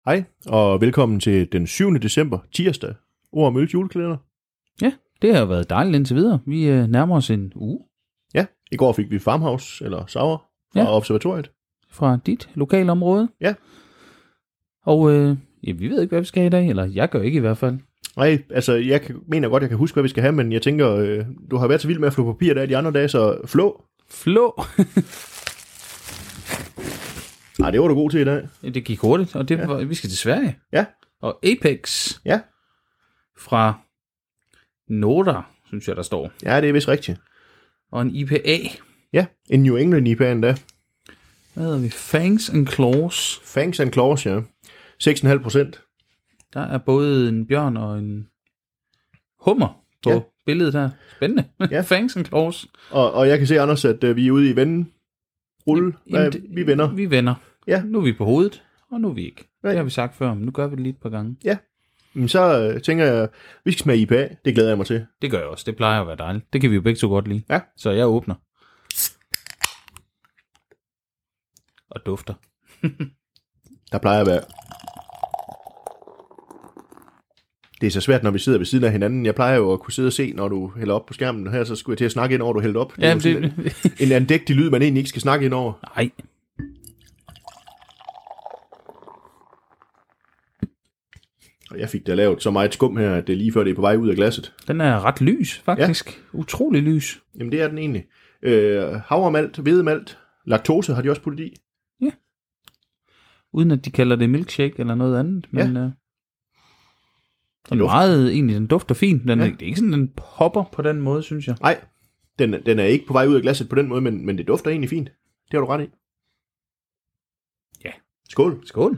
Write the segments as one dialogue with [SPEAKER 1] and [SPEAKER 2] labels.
[SPEAKER 1] Hej, og velkommen til den 7. december, tirsdag, Ord og Mølles julekalender.
[SPEAKER 2] Ja, det har været dejligt indtil videre. Vi nærmer os en uge.
[SPEAKER 1] Ja, i går fik vi Farmhouse, eller Sauer, fra Observatoriet.
[SPEAKER 2] Fra dit lokalområde.
[SPEAKER 1] Ja.
[SPEAKER 2] Og vi ved ikke, hvad vi skal have i dag, eller jeg gør ikke i hvert fald.
[SPEAKER 1] Nej, altså jeg mener godt, jeg kan huske, hvad vi skal have, men jeg tænker, du har været så vild med at flå papir der de andre dage, så flå. Nej, det var du god til i dag.
[SPEAKER 2] Det gik hurtigt, og vi skal til Sverige.
[SPEAKER 1] Ja.
[SPEAKER 2] Og Apex.
[SPEAKER 1] Ja.
[SPEAKER 2] Fra Noder, synes jeg, der står.
[SPEAKER 1] Ja, det er vist rigtigt.
[SPEAKER 2] Og en IPA.
[SPEAKER 1] Ja, en New England IPA endda.
[SPEAKER 2] Hvad hedder vi? Fangs and Claws.
[SPEAKER 1] Fangs and Claws, ja. 6,5%.
[SPEAKER 2] Der er både en bjørn og en hummer på billedet her. Spændende.
[SPEAKER 1] Ja.
[SPEAKER 2] Fangs and Claws.
[SPEAKER 1] Og jeg kan se, Anders, at vi er ude i rulle. Vi vender.
[SPEAKER 2] Vi vender.
[SPEAKER 1] Ja.
[SPEAKER 2] Nu er vi på hovedet, og nu er vi ikke.
[SPEAKER 1] Nej.
[SPEAKER 2] Det har vi sagt før, men nu gør vi det lige et par gange.
[SPEAKER 1] Ja. Men så tænker jeg, vi skal smage IPA. Det glæder jeg mig til.
[SPEAKER 2] Det gør jeg også. Det plejer at være dejligt. Det kan vi jo begge så godt lide.
[SPEAKER 1] Ja.
[SPEAKER 2] Så jeg åbner. Og dufter.
[SPEAKER 1] Der plejer at være... Det er så svært, når vi sidder ved siden af hinanden. Jeg plejer jo at kunne sidde og se, når du hælder op på skærmen. Her så skulle jeg til at snakke ind over, du hælder op.
[SPEAKER 2] Ja,
[SPEAKER 1] det er en andægtig lyd, man egentlig ikke skal snakke ind over.
[SPEAKER 2] Nej.
[SPEAKER 1] Og jeg fik da lavet så meget skum her, at det er lige før det er på vej ud af glasset.
[SPEAKER 2] Den er ret lys, faktisk. Ja. Utrolig lys.
[SPEAKER 1] Jamen det er den egentlig. Havremalt, hvedemalt, laktose har de også puttet i.
[SPEAKER 2] Ja. Uden at de kalder det milkshake eller noget andet. Men den er meget, egentlig, den dufter fint. Det er ikke sådan, den popper på den måde, synes jeg.
[SPEAKER 1] Nej, den er ikke på vej ud af glasset på den måde, men det dufter egentlig fint. Det har du ret i.
[SPEAKER 2] Ja.
[SPEAKER 1] Skål.
[SPEAKER 2] Skål.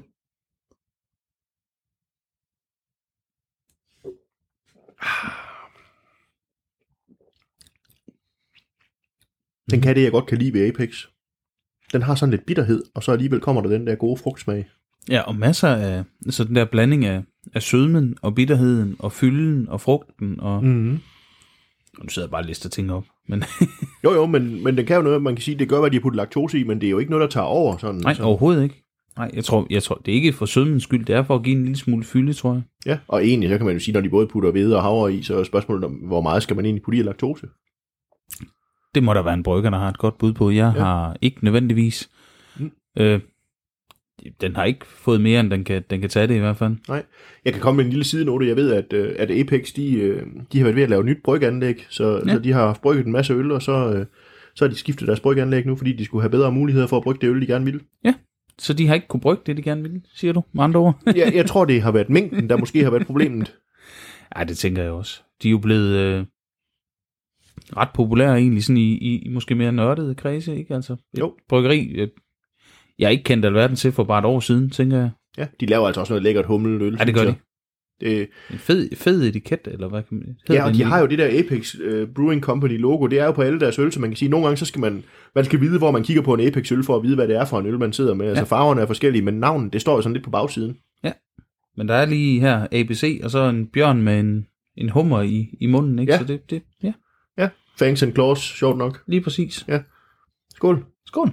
[SPEAKER 1] Den kan det, jeg godt kan lide ved Apex. Den har sådan lidt bitterhed, og så alligevel kommer der den der gode frugtsmag.
[SPEAKER 2] Ja, og masser af så den der blanding af sødmen og bitterheden og fylden og frugten og...
[SPEAKER 1] Mm-hmm.
[SPEAKER 2] Og nu sidder jeg bare og lister ting op. Men
[SPEAKER 1] jo, men den kan jo noget, man kan sige, det gør, hvad de har puttet laktose i, men det er jo ikke noget, der tager over. Sådan,
[SPEAKER 2] nej, overhovedet ikke. Nej, jeg tror, det er ikke for sødmens skyld, det er for at give en lille smule fylde, tror jeg.
[SPEAKER 1] Ja, og egentlig, så kan man jo sige, når de både putter hvede og havre i, så er spørgsmålet om, hvor meget skal man egentlig putte i af laktose?
[SPEAKER 2] Det må der være en brygger, der har et godt bud på. Jeg har ikke nødvendigvis. Den har ikke fået mere, end den kan tage det i hvert fald.
[SPEAKER 1] Nej, jeg kan komme med en lille sidenote. Jeg ved, at Apex, de har været ved at lave et nyt bryggeanlæg, så de har brygget en masse øl, og så har de skiftet deres bryggeanlæg nu, fordi de skulle have bedre muligheder for at brygge det øl, de gerne ville.
[SPEAKER 2] Ja, så de har ikke kunne brygge det, de gerne ville, siger du, med andre ord?
[SPEAKER 1] Ja, jeg tror, det har været mængden, der måske har været problemet.
[SPEAKER 2] Ja, det tænker jeg også. De er jo blevet ret populære egentlig, sådan i måske mere nørdede kredse, ikke? Altså,
[SPEAKER 1] jo.
[SPEAKER 2] Bryggeri, jeg ikke kendt alverden til for bare et år siden, tænker jeg.
[SPEAKER 1] Ja, de laver altså også noget lækkert hummeløl.
[SPEAKER 2] Ja, det gør de.
[SPEAKER 1] Det...
[SPEAKER 2] En fed etiket, eller hvad kan man...
[SPEAKER 1] Ja, og de har jo det der Apex Brewing Company logo, det er jo på alle deres øl, så man kan sige, nogle gange så skal man skal vide, hvor man kigger på en Apex øl, for at vide, hvad det er for en øl, man sidder med. Altså farverne er forskellige, men navnet, det står jo sådan lidt på bagsiden. Ja,
[SPEAKER 2] men der er lige her ABC, og så en bjørn med en hummer i munden, ikke?
[SPEAKER 1] Ja.
[SPEAKER 2] Så det.
[SPEAKER 1] Ja, Fangs and Claws, sjovt nok.
[SPEAKER 2] Lige præcis.
[SPEAKER 1] Ja. Skål.
[SPEAKER 2] Skål.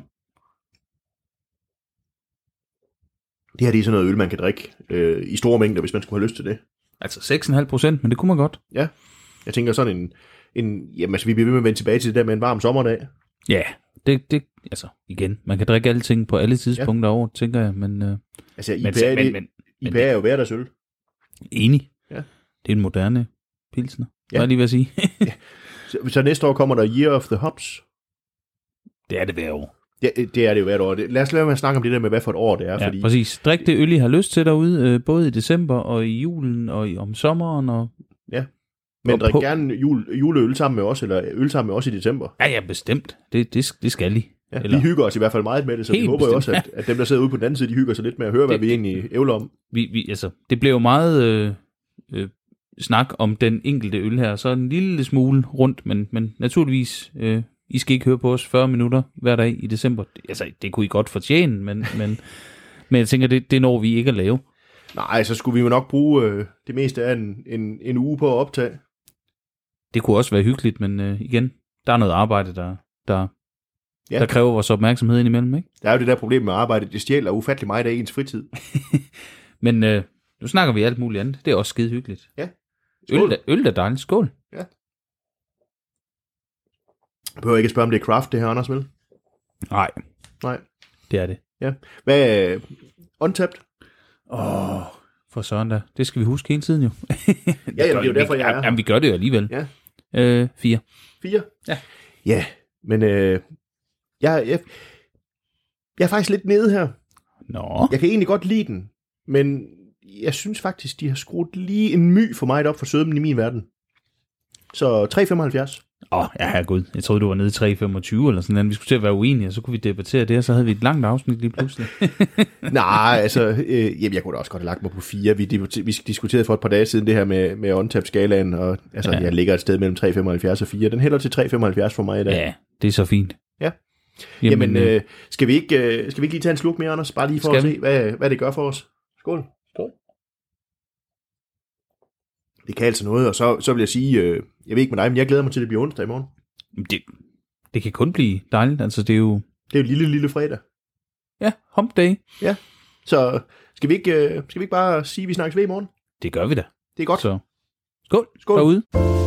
[SPEAKER 1] Det her, det er sådan noget øl, man kan drikke i store mængder, hvis man skulle have lyst til det.
[SPEAKER 2] Altså 6,5%, men det kunne man godt.
[SPEAKER 1] Ja, jeg tænker sådan jamen altså, vi bliver ved med at vende tilbage til det der med en varm sommerdag.
[SPEAKER 2] Ja, det altså igen, man kan drikke alle ting på alle tidspunkter over, tænker jeg, men...
[SPEAKER 1] Altså IPA er jo hverdagsøl.
[SPEAKER 2] Enig.
[SPEAKER 1] Ja.
[SPEAKER 2] Det er en moderne pilsner, hvad er lige ved at sige.
[SPEAKER 1] Ja. Så næste år kommer der Year of the Hops.
[SPEAKER 2] Det er det hver år.
[SPEAKER 1] Ja, det er det jo hvert år. Lad os lade med at snakke om det der med, hvad for et år det er.
[SPEAKER 2] Ja,
[SPEAKER 1] fordi...
[SPEAKER 2] præcis. Drik det øl, I har lyst til derude, både i december og i julen og om sommeren. Og...
[SPEAKER 1] Ja, men drik gerne juleøl sammen med os, eller øl sammen med os i december.
[SPEAKER 2] Ja, bestemt. Det skal I.
[SPEAKER 1] Ja, eller... Vi hygger os i hvert fald meget med det, så vi håber jo også, at dem, der sidder ude på den anden side, de hygger sig lidt med at høre, hvad vi egentlig ævler om.
[SPEAKER 2] Altså, det blev jo meget snak om den enkelte øl her, så en lille smule rundt, men naturligvis... I skal ikke høre på os 40 minutter hver dag i december. Altså, det kunne I godt fortjene, men jeg tænker, det når vi ikke at lave.
[SPEAKER 1] Nej, så skulle vi jo nok bruge det meste af en uge på at optage.
[SPEAKER 2] Det kunne også være hyggeligt, men igen, der er noget arbejde, der kræver vores opmærksomhed indimellem, ikke?
[SPEAKER 1] Der er jo det der problem med arbejde, det stjæler ufattelig meget af ens fritid.
[SPEAKER 2] Men nu snakker vi alt muligt andet. Det er også skide hyggeligt.
[SPEAKER 1] Ja. Skål.
[SPEAKER 2] Øl er dejligt. Skål.
[SPEAKER 1] Ja. Jeg behøver ikke at spørge, om det er craft, det her, Anders, vel?
[SPEAKER 2] Nej,
[SPEAKER 1] Nej.
[SPEAKER 2] det er det.
[SPEAKER 1] Ja. Hvad er untapped?
[SPEAKER 2] For søren da. Det skal vi huske hele tiden jo.
[SPEAKER 1] Ja, det er jo derfor, jeg er her.
[SPEAKER 2] Jamen, vi gør det jo alligevel.
[SPEAKER 1] Ja.
[SPEAKER 2] 4.
[SPEAKER 1] 4?
[SPEAKER 2] Ja.
[SPEAKER 1] Ja, men jeg er faktisk lidt nede her.
[SPEAKER 2] Nå.
[SPEAKER 1] Jeg kan egentlig godt lide den, men jeg synes faktisk, de har skruet lige en my for mig op for sødmen i min verden. Så 3,75.
[SPEAKER 2] Ja, herregud. Jeg troede, du var nede i 3,25 eller sådan noget. Vi skulle til at være uenige, og så kunne vi debattere det, og så havde vi et langt afsnit lige pludselig.
[SPEAKER 1] Nej, altså, jeg kunne da også godt have lagt mig på 4. Vi diskuterede for et par dage siden det her med untapped-skalaen, og altså, jeg ligger et sted mellem 3,75 og 4. Den hælder til 3,75 for mig i dag.
[SPEAKER 2] Ja, det er så fint.
[SPEAKER 1] Ja. Jamen, skal vi ikke lige tage en sluk mere, Anders? Bare lige for at se, hvad det gør for os. Skål. Skål. Det kan altså noget, og så vil jeg sige, jeg ved ikke med dig, men jeg glæder mig til, at det bliver onsdag i morgen.
[SPEAKER 2] Det kan kun blive dejligt, altså det er jo...
[SPEAKER 1] Det er jo lille fredag.
[SPEAKER 2] Ja, hump day.
[SPEAKER 1] Ja, så skal vi ikke bare sige, at vi snakkes ved i morgen?
[SPEAKER 2] Det gør vi da.
[SPEAKER 1] Det er godt.
[SPEAKER 2] Så skål.
[SPEAKER 1] Skål.
[SPEAKER 2] Derude.